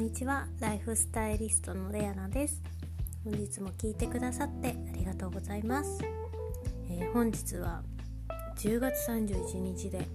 にちは。ライフスタイリストのレアナです。本日も聞いてくださってありがとうございます。本日は10月31日で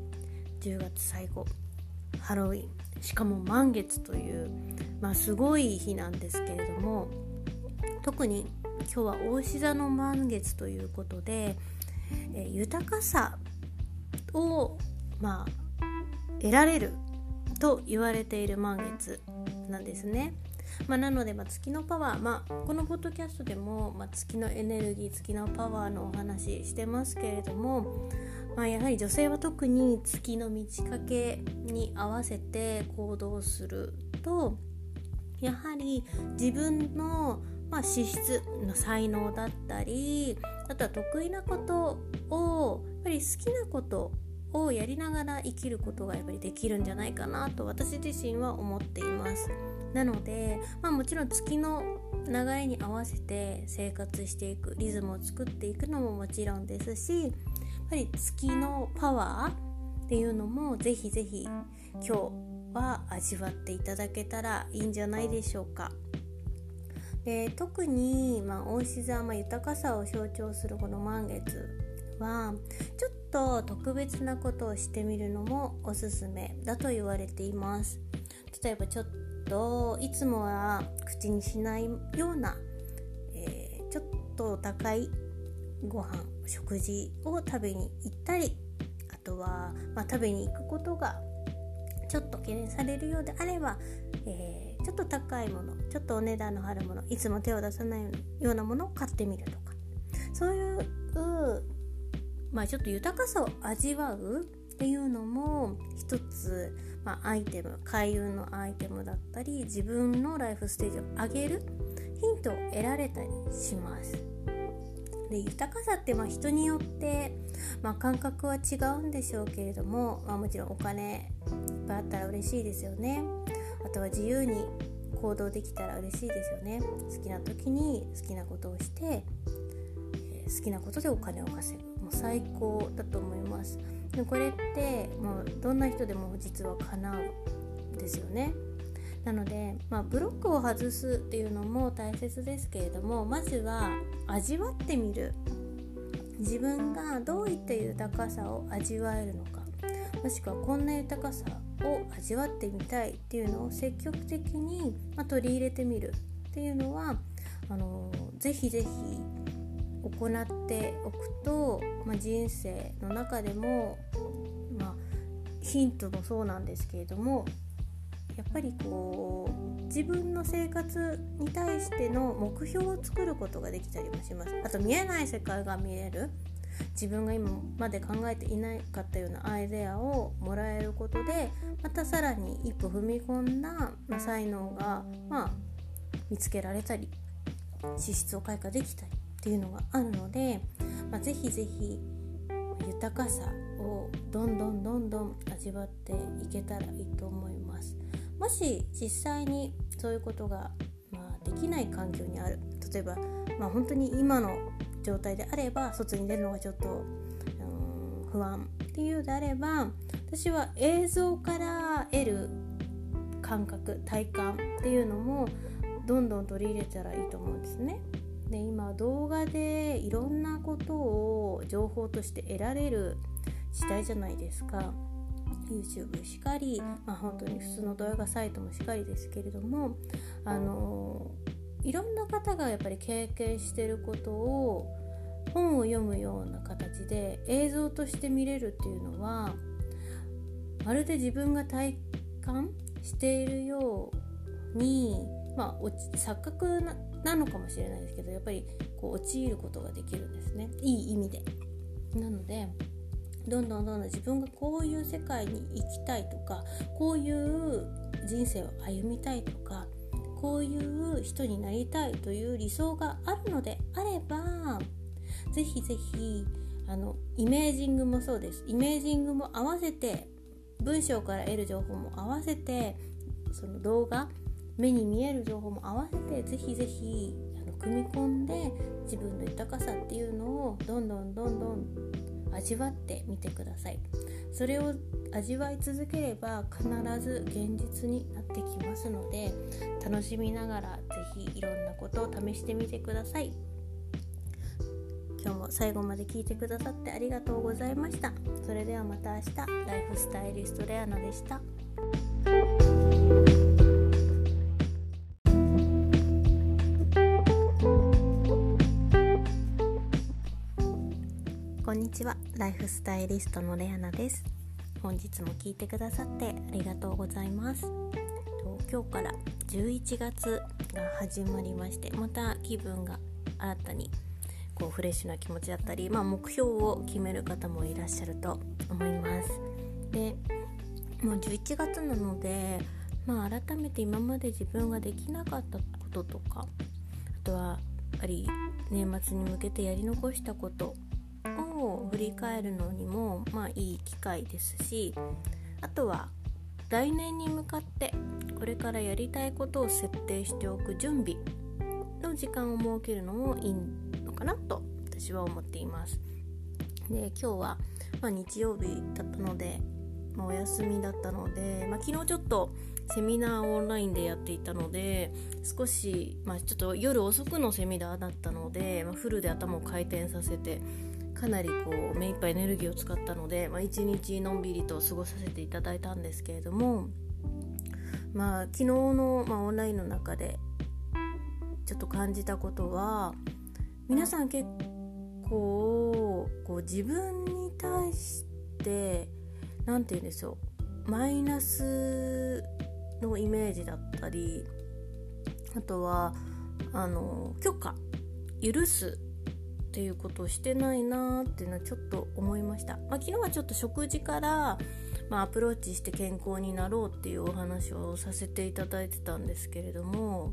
10月最後、ハロウィン、しかも満月という、すごい日なんですけれども、特に今日は牡牛座の満月ということで、豊かさを得られると言われている満月なんですね。なので、月のパワー、このポッドキャストでも、月のエネルギー、月のパワーのお話してますけれども、やはり女性は特に月の満ち欠けに合わせて行動すると、やはり自分の、資質の才能だったり、あとは得意なことをやっぱり好きなことをやりながら生きることがやっぱりできるんじゃないかなと私自身は思っています。なので、もちろん月の流れに合わせて生活していく、リズムを作っていくのももちろんですし、やっぱり月のパワーっていうのもぜひぜひ今日は味わっていただけたらいいんじゃないでしょうか。で、特に牡牛座、豊かさを象徴するこの満月はちょっと特別なことをしてみるのもおすすめだと言われています。例えばちょっといつもは口にしないような、ちょっと高いご飯、食事を食べに行ったり、あとは、食べに行くことがちょっと懸念されるようであれば、ちょっと高いもの、ちょっとお値段の張るもの、いつも手を出さないようなものを買ってみるとか、そういうちょっと豊かさを味わうっていうのも一つ、アイテム、開運のアイテムだったり、自分のライフステージを上げるヒントを得られたりします。で、豊かさって人によって、感覚は違うんでしょうけれども、もちろんお金いっぱいあったら嬉しいですよね。あとは自由に行動できたら嬉しいですよね。好きな時に好きなことをして、好きなことでお金を稼ぐ、もう最高だと思います。でこれってもうどんな人でも実は叶うんですよね。なので、ブロックを外すっていうのも大切ですけれども、まずは味わってみる。自分がどういった豊かさを味わえるのか、もしくはこんな豊かさを味わってみたいっていうのを積極的に取り入れてみるっていうのはぜひぜひ行っておくと、人生の中でも、ヒントもそうなんですけれども、やっぱり自分の生活に対しての目標を作ることができたりもします。あと見えない世界が見える、自分が今まで考えていなかったようなアイデアをもらえることで、またさらに一歩踏み込んだ、才能が、見つけられたり、資質を開花できたりっていうのがあるので、ぜひぜひ豊かさをどんどん味わっていけたらいいと思います。もし実際にそういうことが、できない環境にある、例えば、本当に今の状態であれば外に出るのがちょっと不安っていうであれば、私は映像から得る感覚、体感っていうのもどんどん取り入れたらいいと思うんですね。で、今動画でいろんなことを情報として得られる時代じゃないですか。 YouTube しかり、本当に普通の動画サイトもしかりですけれども、いろんな方がやっぱり経験していることを本を読むような形で映像として見れるっていうのは、まるで自分が体感しているように、錯覚なのかもしれないですけど、やっぱり陥ることができるんですね、いい意味で。なのでどんどん自分がこういう世界に行きたいとか、こういう人生を歩みたいとか、こういう人になりたいという理想があるのであれば、ぜひぜひイメージングもそうです。イメージングも合わせて、文章から得る情報も合わせて、その動画、目に見える情報も合わせて、ぜひぜひ組み込んで自分の豊かさっていうのをどんどん味わってみてください。それを味わい続ければ必ず現実になってきますので、楽しみながらぜひいろんなことを試してみてください。今日も最後まで聞いてくださってありがとうございました。それではまた明日。ライフスタイリストレアナでした。こんにちは、ライフスタイリストのレアナです。本日も聞いてくださってありがとうございます。今日から11月が始まりまして、また気分が新たにフレッシュな気持ちだったり、目標を決める方もいらっしゃると思います。で、もう11月なので、改めて今まで自分ができなかったこととか、あとはやっぱり年末に向けてやり残したことを振り返るのにもいい機会ですし、あとは来年に向かってこれからやりたいことを設定しておく準備の時間を設けるのもいいのかなと私は思っています。で、今日は日曜日だったので、お休みだったので、昨日ちょっとセミナーをオンラインでやっていたので、少し、ちょっと夜遅くのセミナーだったので、フルで頭を回転させてかなり目いっぱいエネルギーを使ったので、一日のんびりと過ごさせていただいたんですけれども、昨日の、オンラインの中でちょっと感じたことは、皆さん結構自分に対してなんて言うんでしょう、マイナスのイメージだったり、あとは許可許すっていうことをしてないなっていうのはちょっと思いました。昨日はちょっと食事から、アプローチして健康になろうっていうお話をさせていただいてたんですけれども、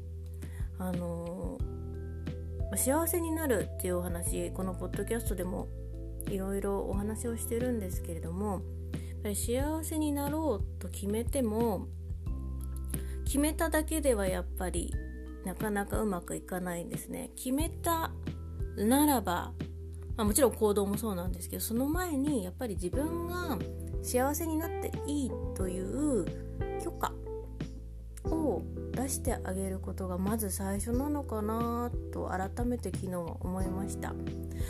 幸せになるっていうお話、このポッドキャストでもいろいろお話をしてるんですけれども、やっぱり幸せになろうと決めても、決めただけではやっぱりなかなかうまくいかないんですね。決めたならば、もちろん行動もそうなんですけど、その前にやっぱり自分が幸せになっていいという許可を出してあげることがまず最初なのかなと改めて昨日は思いました。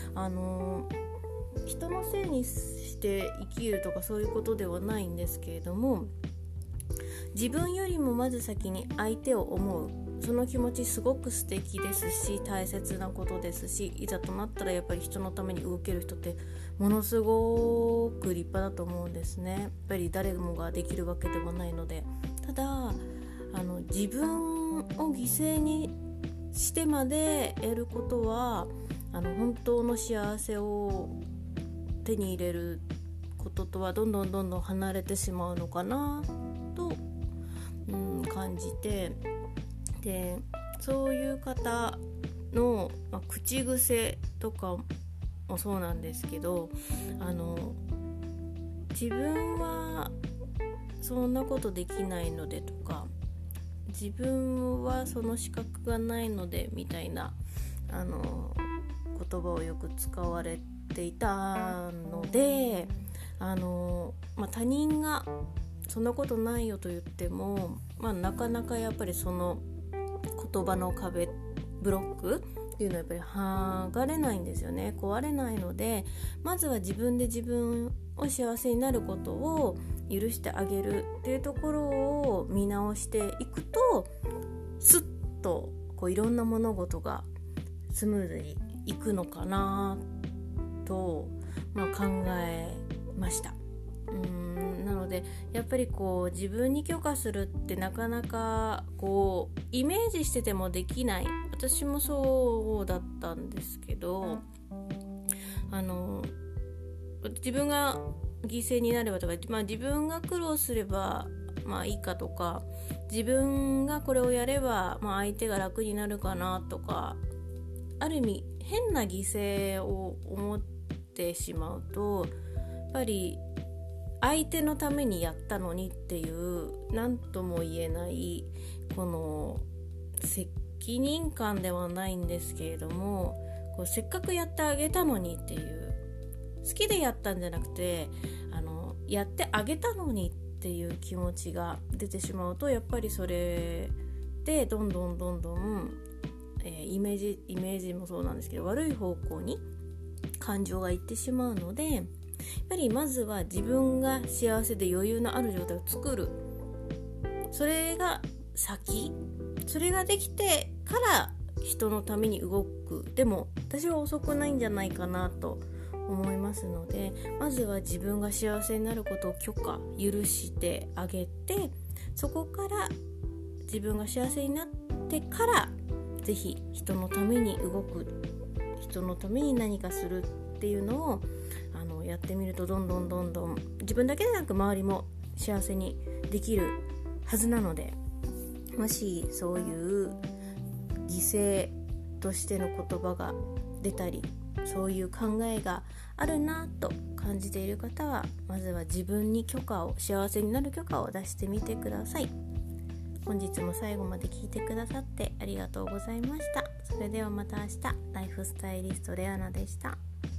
人のせいにして生きるとかそういうことではないんですけれども、自分よりもまず先に相手を思う、その気持ちすごく素敵ですし、大切なことですし、いざとなったらやっぱり人のために動ける人ってものすごく立派だと思うんですね。やっぱり誰もができるわけではないので、ただ自分を犠牲にしてまでやることは本当の幸せを手に入れることとはどんどん離れてしまうのかなと、感じて、でそういう方の、口癖とかもそうなんですけど、自分はそんなことできないのでとか、自分はその資格がないのでみたいな言葉をよく使われていたので、他人がそんなことないよと言っても、なかなかやっぱりその言葉の壁、ブロックっていうのはやっぱり剥がれないんですよね。壊れないので、まずは自分で自分を幸せになることを許してあげるっていうところを見直していくと、スッといろんな物事がスムーズにいくのかなと、考えました。なのでやっぱり自分に許可するってなかなかイメージしててもできない。私もそうだったんですけど、自分が犠牲になればとか、自分が苦労すればいいかとか、自分がこれをやれば相手が楽になるかなとか、ある意味変な犠牲を思ってしまうと、やっぱり相手のためにやったのにっていう何とも言えないこの責任感ではないんですけれども、せっかくやってあげたのにっていう、好きでやったんじゃなくてやってあげたのにっていう気持ちが出てしまうと、やっぱりそれでどんどんイメージもそうなんですけど、悪い方向に感情がいってしまうので、やっぱりまずは自分が幸せで余裕のある状態を作る、それが先、それができてから人のために動く。でも私は遅くないんじゃないかなと思いますので、まずは自分が幸せになることを許してあげて、そこから自分が幸せになってからぜひ人のために動く、人のために何かするっていうのをやってみると、どんどん自分だけでなく周りも幸せにできるはずなので、もしそういう犠牲としての言葉が出たり、そういう考えがあるなと感じている方は、まずは自分に幸せになる許可を出してみてください。本日も最後まで聞いてくださってありがとうございました。それではまた明日。ライフスタイリストレアナでした。